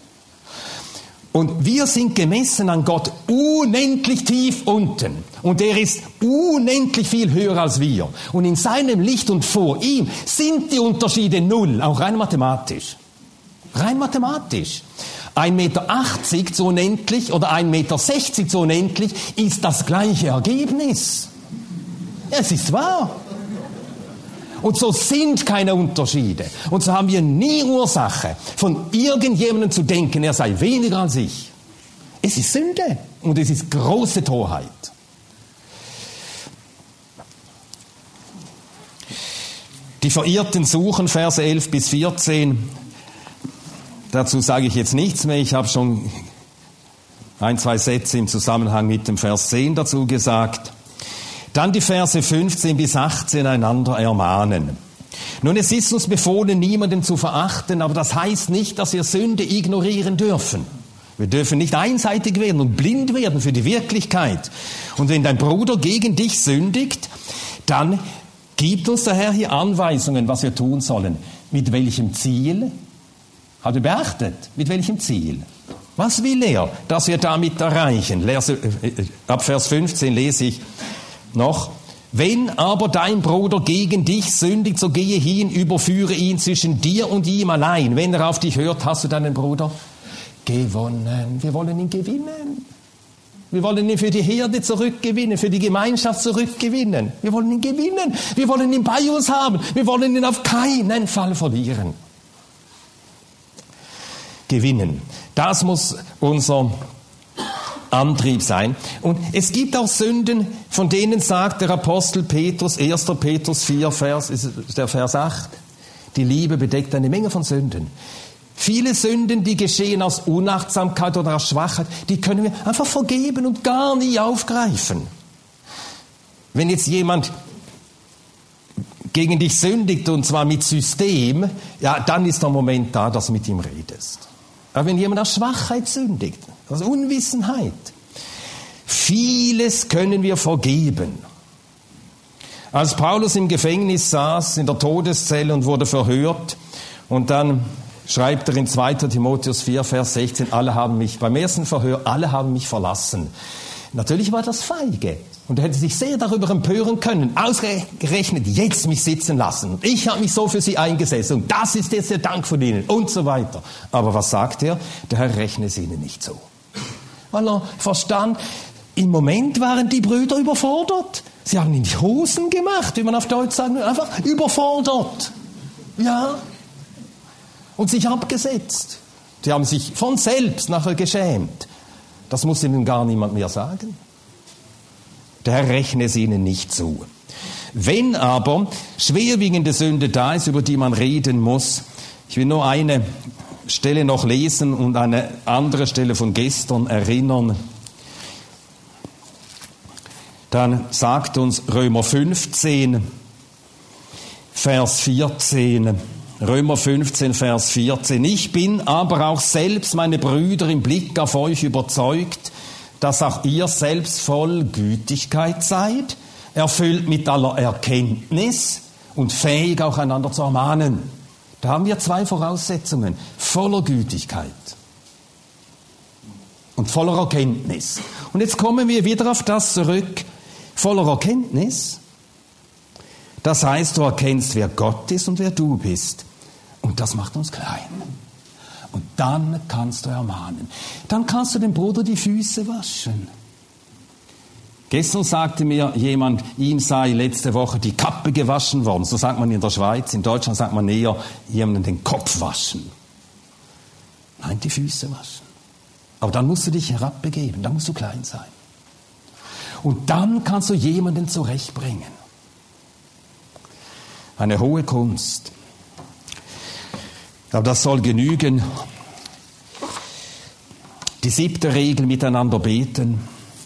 Und wir sind gemessen an Gott unendlich tief unten. Und er ist unendlich viel höher als wir. Und in seinem Licht und vor ihm sind die Unterschiede null, auch rein mathematisch. Rein mathematisch. ein Meter achtzig zu unendlich oder ein Meter sechzig zu unendlich ist das gleiche Ergebnis. Es ist wahr. Und so sind keine Unterschiede. Und so haben wir nie Ursache, von irgendjemandem zu denken, er sei weniger als ich. Es ist Sünde und es ist große Torheit. Die Verirrten suchen, Verse elf bis vierzehn. Dazu sage ich jetzt nichts mehr. Ich habe schon ein, zwei Sätze im Zusammenhang mit dem Vers zehn dazu gesagt. Dann die Verse fünfzehn bis achtzehn einander ermahnen. Nun, es ist uns befohlen, niemanden zu verachten, aber das heißt nicht, dass wir Sünde ignorieren dürfen. Wir dürfen nicht einseitig werden und blind werden für die Wirklichkeit. Und wenn dein Bruder gegen dich sündigt, dann gibt uns der Herr hier Anweisungen, was wir tun sollen. Mit welchem Ziel? Habt ihr beachtet? Mit welchem Ziel? Was will er, dass wir damit erreichen? Ab Vers fünfzehn lese ich noch: Wenn aber dein Bruder gegen dich sündigt, so gehe hin, überführe ihn zwischen dir und ihm allein. Wenn er auf dich hört, hast du deinen Bruder gewonnen. Wir wollen ihn gewinnen. Wir wollen ihn für die Herde zurückgewinnen, für die Gemeinschaft zurückgewinnen. Wir wollen ihn gewinnen. Wir wollen ihn bei uns haben. Wir wollen ihn auf keinen Fall verlieren. Gewinnen. Das muss unser Antrieb sein. Und es gibt auch Sünden, von denen sagt der Apostel Petrus, erster Petrus vier, Vers, ist der Vers acht, die Liebe bedeckt eine Menge von Sünden. Viele Sünden, die geschehen aus Unachtsamkeit oder aus Schwachheit, die können wir einfach vergeben und gar nie aufgreifen. Wenn jetzt jemand gegen dich sündigt, und zwar mit System, ja, dann ist der Moment da, dass du mit ihm redest. Aber wenn jemand aus Schwachheit sündigt, aus Unwissenheit, vieles können wir vergeben. Als Paulus im Gefängnis saß, in der Todeszelle und wurde verhört, und dann schreibt er in zweiter Timotheus vier, Vers sechzehn, alle haben mich, beim ersten Verhör, alle haben mich verlassen. Natürlich war das feige. Und er hätte sich sehr darüber empören können, ausgerechnet jetzt mich sitzen lassen. Und ich habe mich so für sie eingesetzt und das ist jetzt der Dank von ihnen und so weiter. Aber was sagt er? Der Herr rechne es ihnen nicht so. Weil er verstand, im Moment waren die Brüder überfordert. Sie haben in die Hosen gemacht, wie man auf Deutsch sagt, einfach überfordert. Ja. Und sich abgesetzt. Sie haben sich von selbst nachher geschämt. Das muss ihnen gar niemand mehr sagen. Der Herr rechne es ihnen nicht zu. Wenn aber schwerwiegende Sünde da ist, über die man reden muss, ich will nur eine Stelle noch lesen und eine andere Stelle von gestern erinnern, dann sagt uns Römer fünfzehn, Vers vierzehn, Römer fünfzehn, Vers vierzehn, ich bin aber auch selbst, meine Brüder, im Blick auf euch überzeugt, dass auch ihr selbst voll Gütigkeit seid, erfüllt mit aller Erkenntnis und fähig auch einander zu ermahnen. Da haben wir zwei Voraussetzungen, voller Gütigkeit und voller Erkenntnis. Und jetzt kommen wir wieder auf das zurück, voller Erkenntnis. Das heißt, du erkennst, wer Gott ist und wer du bist. Und das macht uns klein. Und dann kannst du ermahnen. Dann kannst du dem Bruder die Füße waschen. Gestern sagte mir jemand, ihm sei letzte Woche die Kappe gewaschen worden. So sagt man in der Schweiz. In Deutschland sagt man eher, jemanden den Kopf waschen. Nein, die Füße waschen. Aber dann musst du dich herabbegeben. Dann musst du klein sein. Und dann kannst du jemanden zurechtbringen. Eine hohe Kunst. Aber das soll genügen. Die siebte Regel, miteinander beten.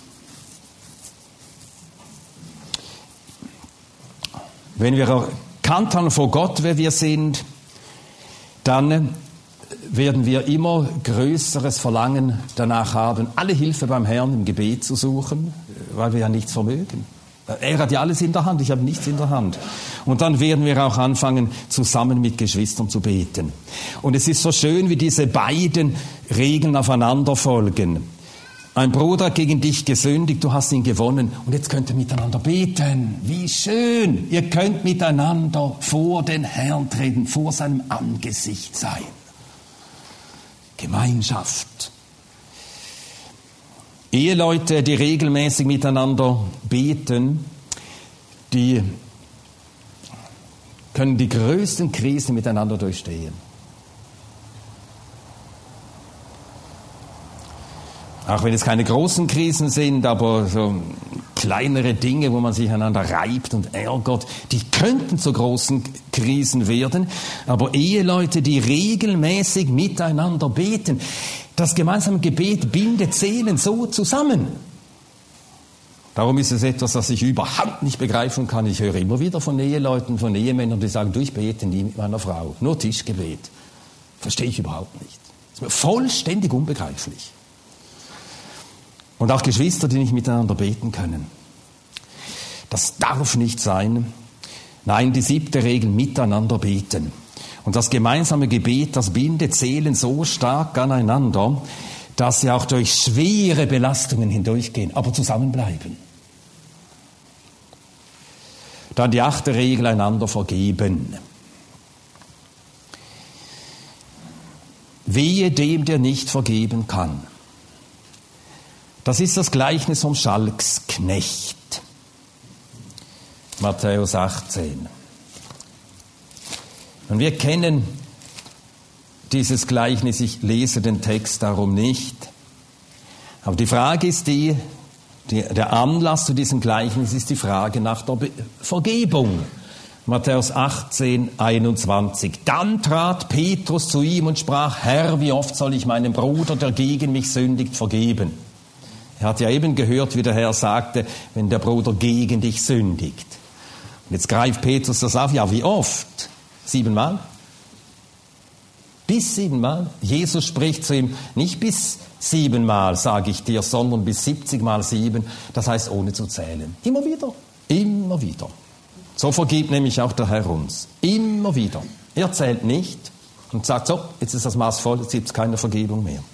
Wenn wir erkannt haben vor Gott, wer wir sind, dann werden wir immer größeres Verlangen danach haben, alle Hilfe beim Herrn im Gebet zu suchen, weil wir ja nichts vermögen. Er hat ja alles in der Hand, ich habe nichts in der Hand. Und dann werden wir auch anfangen, zusammen mit Geschwistern zu beten. Und es ist so schön, wie diese beiden Regeln aufeinander folgen. Ein Bruder hat gegen dich gesündigt, du hast ihn gewonnen und jetzt könnt ihr miteinander beten. Wie schön! Ihr könnt miteinander vor den Herrn treten, vor seinem Angesicht sein. Gemeinschaft. Eheleute, die regelmäßig miteinander beten, die können die größten Krisen miteinander durchstehen. Auch wenn es keine großen Krisen sind, aber so kleinere Dinge, wo man sich einander reibt und ärgert, die könnten zu großen Krisen werden. Aber Eheleute, die regelmäßig miteinander beten, das gemeinsame Gebet bindet Seelen so zusammen. Darum ist es etwas, das ich überhaupt nicht begreifen kann. Ich höre immer wieder von Eheleuten, von Ehemännern, die sagen, du, ich bete nie mit meiner Frau, nur Tischgebet. Verstehe ich überhaupt nicht. Das ist mir vollständig unbegreiflich. Und auch Geschwister, die nicht miteinander beten können. Das darf nicht sein. Nein, die siebte Regel, miteinander beten. Und das gemeinsame Gebet, das bindet Seelen so stark aneinander, dass sie auch durch schwere Belastungen hindurchgehen, aber zusammenbleiben. Dann die achte Regel, einander vergeben. Wehe dem, der nicht vergeben kann. Das ist das Gleichnis vom Schalksknecht. Matthäus achtzehn. Und wir kennen dieses Gleichnis, ich lese den Text darum nicht. Aber die Frage ist die, die der Anlass zu diesem Gleichnis ist die Frage nach der Be- Vergebung. Matthäus achtzehn, einundzwanzig. Dann trat Petrus zu ihm und sprach, Herr, wie oft soll ich meinem Bruder, der gegen mich sündigt, vergeben? Er hat ja eben gehört, wie der Herr sagte, wenn der Bruder gegen dich sündigt. Und jetzt greift Petrus das auf, ja, wie oft? Siebenmal? Bis siebenmal? Jesus spricht zu ihm, nicht bis siebenmal, sage ich dir, sondern bis siebzigmal sieben, das heißt ohne zu zählen. Immer wieder, immer wieder. So vergibt nämlich auch der Herr uns. Immer wieder. Er zählt nicht und sagt, so, jetzt ist das Maß voll, jetzt gibt es keine Vergebung mehr.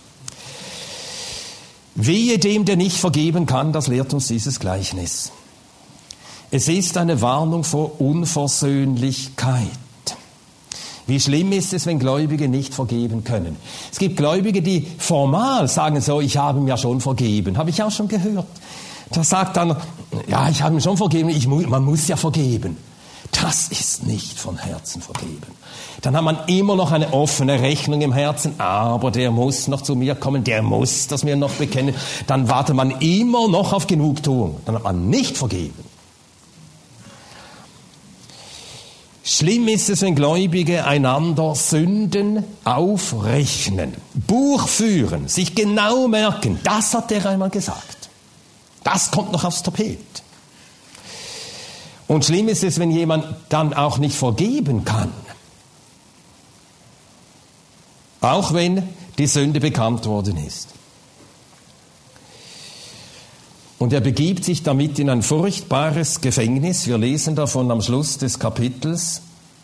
Wehe dem, der nicht vergeben kann, das lehrt uns dieses Gleichnis. Es ist eine Warnung vor Unversöhnlichkeit. Wie schlimm ist es, wenn Gläubige nicht vergeben können? Es gibt Gläubige, die formal sagen so, ich habe ihm ja schon vergeben. Habe ich auch schon gehört. Da sagt dann, ja, ich habe ihm schon vergeben, ich mu- man muss ja vergeben. Das ist nicht von Herzen vergeben. Dann hat man immer noch eine offene Rechnung im Herzen, aber der muss noch zu mir kommen, der muss das mir noch bekennen. Dann wartet man immer noch auf Genugtuung. Dann hat man nicht vergeben. Schlimm ist es, wenn Gläubige einander Sünden aufrechnen, Buch führen, sich genau merken, das hat der einmal gesagt. Das kommt noch aufs Tapet. Und schlimm ist es, wenn jemand dann auch nicht vergeben kann. Auch wenn die Sünde bekannt worden ist. Und er begibt sich damit in ein furchtbares Gefängnis. Wir lesen davon am Schluss des Kapitels.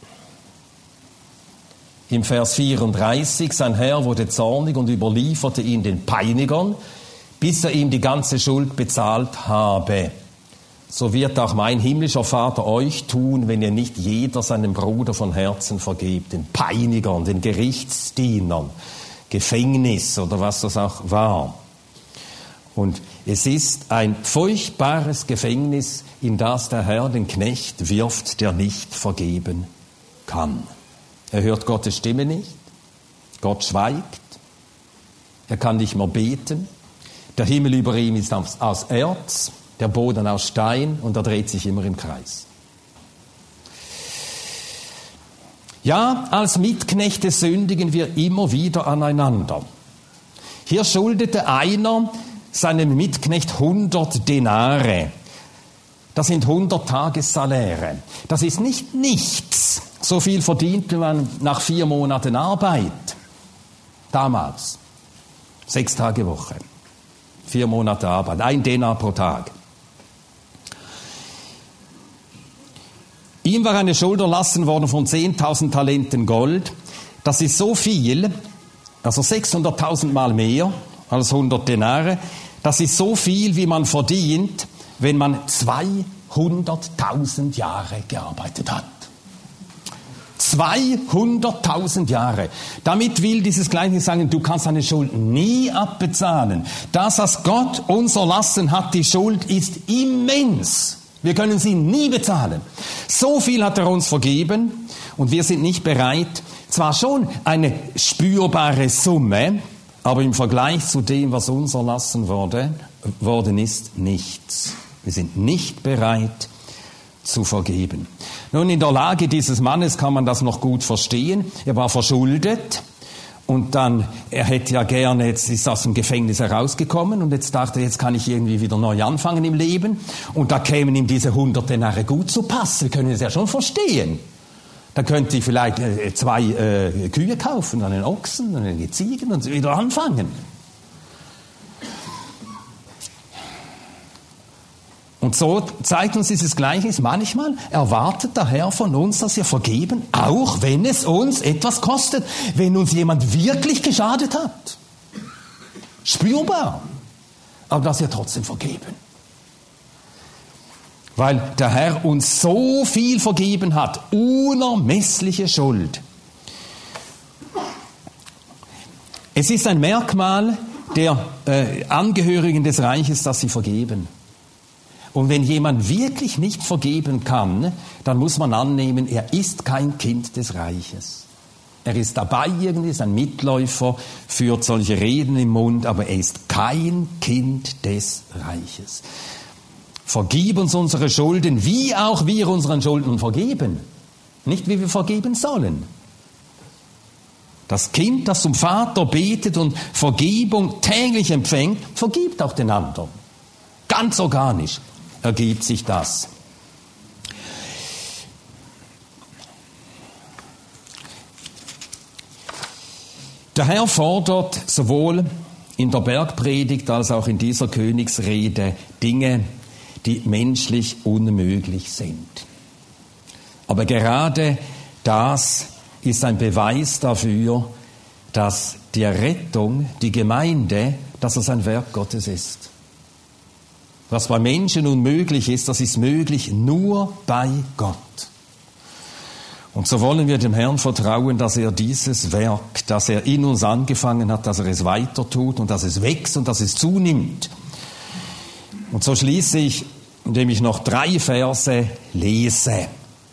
Im Vers vierunddreißig, sein Herr wurde zornig und überlieferte ihn den Peinigern, bis er ihm die ganze Schuld bezahlt habe. so wird auch mein himmlischer Vater euch tun, wenn ihr nicht jeder seinem Bruder von Herzen vergebt, den Peinigern, den Gerichtsdienern, Gefängnis oder was das auch war. Und es ist ein furchtbares Gefängnis, in das der Herr den Knecht wirft, der nicht vergeben kann. Er hört Gottes Stimme nicht, Gott schweigt, er kann nicht mehr beten, der Himmel über ihm ist aus Erz, der Boden aus Stein und er dreht sich immer im Kreis. Ja, als Mitknechte sündigen wir immer wieder aneinander. Hier schuldete einer seinem Mitknecht hundert Denare. Das sind hundert Tagessaläre. Das ist nicht nichts. So viel verdiente man nach vier Monaten Arbeit. Damals. Sechs Tage Woche. Vier Monate Arbeit. Ein Denar pro Tag. Ihm war eine Schuld erlassen worden von zehntausend Talenten Gold. Das ist so viel, also sechshunderttausend Mal mehr als hundert Denare. Das ist so viel, wie man verdient, wenn man zweihunderttausend Jahre gearbeitet hat. zweihunderttausend Jahre. Damit will dieses Gleichnis sagen, du kannst deine Schuld nie abbezahlen. Das, was Gott uns erlassen hat, die Schuld ist immens. Wir können sie nie bezahlen. So viel hat er uns vergeben und wir sind nicht bereit, zwar schon eine spürbare Summe, aber im Vergleich zu dem, was uns erlassen wurde, worden ist, nichts. Wir sind nicht bereit zu vergeben. Nun, in der Lage dieses Mannes kann man das noch gut verstehen. Er war verschuldet. Und dann, er hätte ja gerne, jetzt ist aus dem Gefängnis herausgekommen und jetzt dachte er, jetzt kann ich irgendwie wieder neu anfangen im Leben. Und da kämen ihm diese hundert Denare gut zu passen. Wir können es ja schon verstehen. Da könnte ich vielleicht äh, zwei äh, Kühe kaufen, einen Ochsen, einen Ziegen und wieder anfangen. Und so zeigt uns dieses Gleichnis, manchmal erwartet der Herr von uns, dass wir vergeben, auch wenn es uns etwas kostet, wenn uns jemand wirklich geschadet hat. Spürbar. Aber dass wir trotzdem vergeben. Weil der Herr uns so viel vergeben hat, unermessliche Schuld. Es ist ein Merkmal der äh, Angehörigen des Reiches, dass sie vergeben. Und wenn jemand wirklich nicht vergeben kann, dann muss man annehmen, er ist kein Kind des Reiches. Er ist dabei irgendwie, ist ein Mitläufer, führt solche Reden im Mund, aber er ist kein Kind des Reiches. Vergib uns unsere Schulden, wie auch wir unseren Schuldnern vergeben. Nicht wie wir vergeben sollen. Das Kind, das zum Vater betet und Vergebung täglich empfängt, vergibt auch den anderen. Ganz organisch ergibt sich das. Der Herr fordert sowohl in der Bergpredigt als auch in dieser Königsrede Dinge, die menschlich unmöglich sind. Aber gerade das ist ein Beweis dafür, dass die Errettung, die Gemeinde, dass es ein Werk Gottes ist. Was bei Menschen unmöglich ist, das ist möglich nur bei Gott. Und so wollen wir dem Herrn vertrauen, dass er dieses Werk, das er in uns angefangen hat, dass er es weiter tut und dass es wächst und dass es zunimmt. Und so schließe ich, indem ich noch drei Verse lese.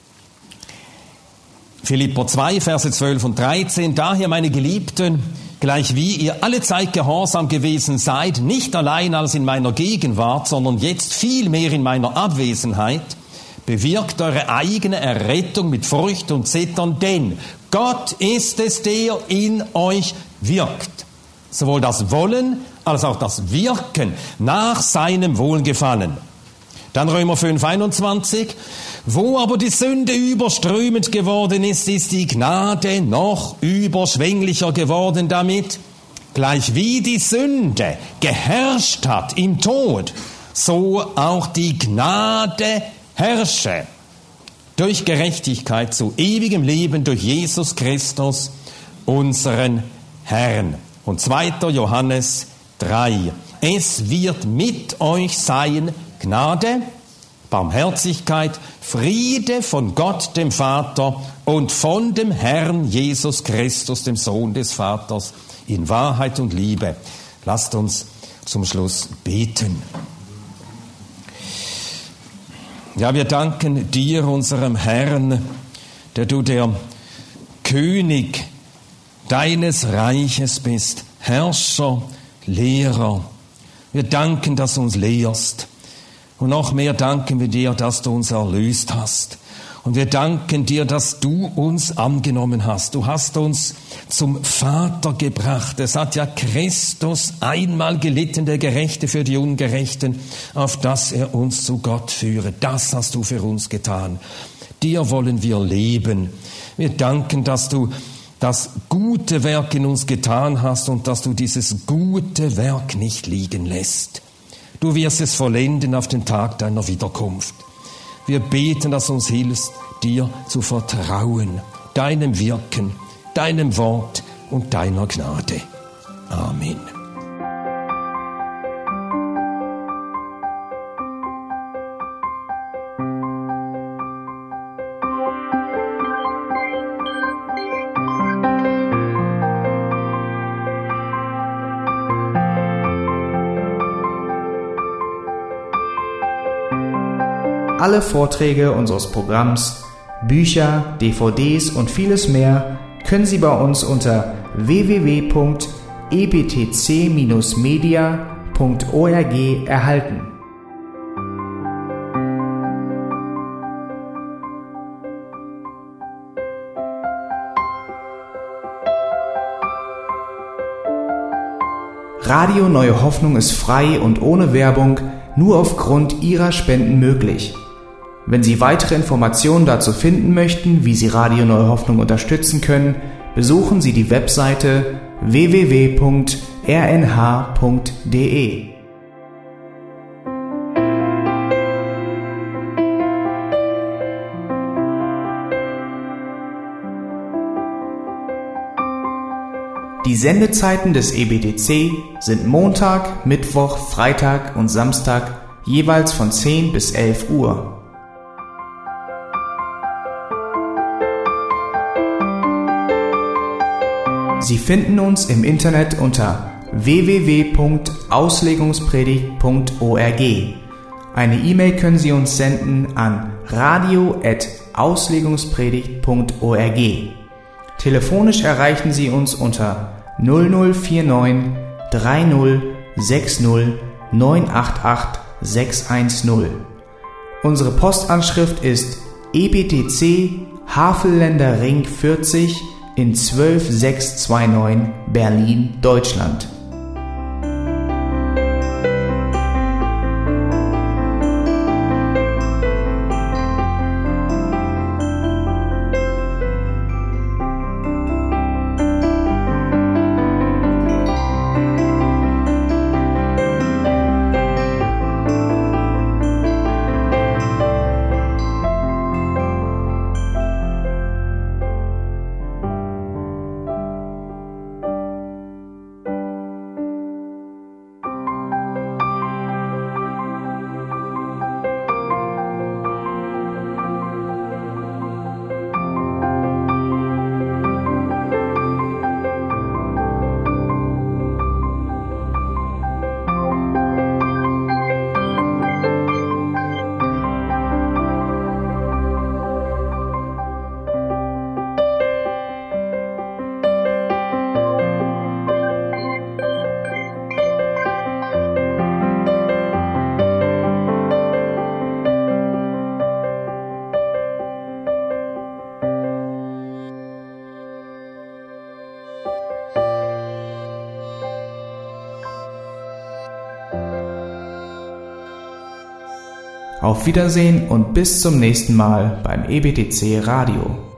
Philipper zwei, Verse zwölf und dreizehn. Daher, meine Geliebten, gleich wie ihr alle Zeit gehorsam gewesen seid, nicht allein als in meiner Gegenwart, sondern jetzt viel mehr in meiner Abwesenheit, bewirkt eure eigene Errettung mit Furcht und Zittern, denn Gott ist es, der in euch wirkt. Sowohl das Wollen als auch das Wirken nach seinem Wohlgefallen. Dann Römer fünf, einundzwanzig. Wo aber die Sünde überströmend geworden ist, ist die Gnade noch überschwänglicher geworden damit. Gleich wie die Sünde geherrscht hat im Tod, so auch die Gnade herrsche durch Gerechtigkeit zu ewigem Leben durch Jesus Christus, unseren Herrn. Und zweiter Johannes drei. Es wird mit euch sein Gnade, Barmherzigkeit, Friede von Gott, dem Vater und von dem Herrn Jesus Christus, dem Sohn des Vaters, in Wahrheit und Liebe. Lasst uns zum Schluss beten. Ja, wir danken dir, unserem Herrn, der du der König deines Reiches bist, Herrscher, Lehrer. Wir danken, dass du uns lehrst. Und noch mehr danken wir dir, dass du uns erlöst hast. Und wir danken dir, dass du uns angenommen hast. Du hast uns zum Vater gebracht. Es hat ja Christus einmal gelitten, der Gerechte für die Ungerechten, auf dass er uns zu Gott führe. Das hast du für uns getan. Dir wollen wir leben. Wir danken, dass du das gute Werk in uns getan hast und dass du dieses gute Werk nicht liegen lässt. Du wirst es vollenden auf den Tag deiner Wiederkunft. Wir beten, dass du uns hilfst, dir zu vertrauen, deinem Wirken, deinem Wort und deiner Gnade. Amen. Alle Vorträge unseres Programms, Bücher, D V Ds und vieles mehr können Sie bei uns unter w w w punkt e b t c Bindestrich media punkt org erhalten. Radio Neue Hoffnung ist frei und ohne Werbung nur aufgrund Ihrer Spenden möglich. Wenn Sie weitere Informationen dazu finden möchten, wie Sie Radio Neue Hoffnung unterstützen können, besuchen Sie die Webseite w w w punkt r n h punkt d e. Die Sendezeiten des E B T C sind Montag, Mittwoch, Freitag und Samstag jeweils von zehn bis elf Uhr. Sie finden uns im Internet unter w w w punkt auslegungspredigt punkt org. Eine E-Mail können Sie uns senden an radio at auslegungspredigt punkt org. Telefonisch erreichen Sie uns unter null null vier neun drei null sechs null neun acht acht sechs eins null. Unsere Postanschrift ist E B T C Havelländer Ring vierzig in zwölf sechs zwei neun Berlin, Deutschland. Auf Wiedersehen und bis zum nächsten Mal beim E B T C Radio.